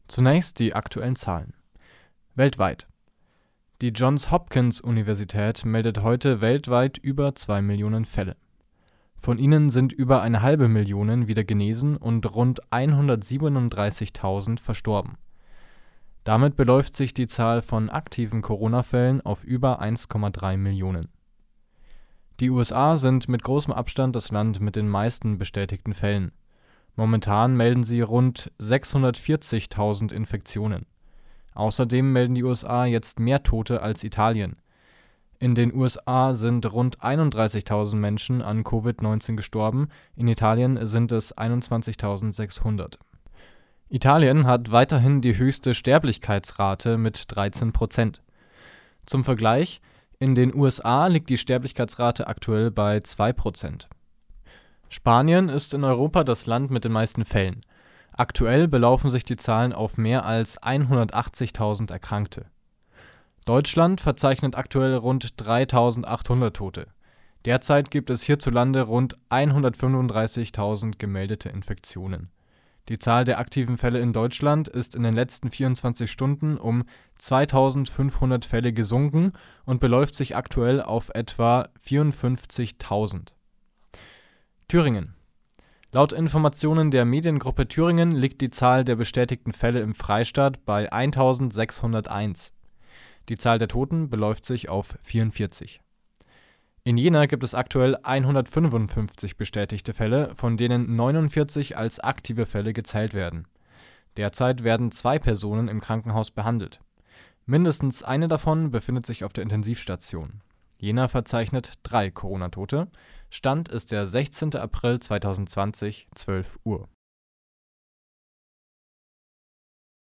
Zunächst die aktuellen Zahlen. Weltweit. Die Johns Hopkins Universität meldet heute weltweit über 2 Millionen Fälle. Von ihnen sind über 500.000 wieder genesen und rund 137.000 verstorben. Damit beläuft sich die Zahl von aktiven Corona-Fällen auf über 1,3 Millionen. Die USA sind mit großem Abstand das Land mit den meisten bestätigten Fällen. Momentan melden sie rund 640.000 Infektionen. Außerdem melden die USA jetzt mehr Tote als Italien. In den USA sind rund 31.000 Menschen an Covid-19 gestorben, in Italien sind es 21.600. Italien hat weiterhin die höchste Sterblichkeitsrate mit 13%. Zum Vergleich, in den USA liegt die Sterblichkeitsrate aktuell bei 2%. Spanien ist in Europa das Land mit den meisten Fällen. Aktuell belaufen sich die Zahlen auf mehr als 180.000 Erkrankte. Deutschland verzeichnet aktuell rund 3.800 Tote. Derzeit gibt es hierzulande rund 135.000 gemeldete Infektionen. Die Zahl der aktiven Fälle in Deutschland ist in den letzten 24 Stunden um 2.500 Fälle gesunken und beläuft sich aktuell auf etwa 54.000. Thüringen. Laut Informationen der Mediengruppe Thüringen liegt die Zahl der bestätigten Fälle im Freistaat bei 1.601. Die Zahl der Toten beläuft sich auf 44. In Jena gibt es aktuell 155 bestätigte Fälle, von denen 49 als aktive Fälle gezählt werden. Derzeit werden 2 Personen im Krankenhaus behandelt. Mindestens eine davon befindet sich auf der Intensivstation. Jena verzeichnet 3 Corona-Tote. Stand ist der 16. April 2020, 12 Uhr.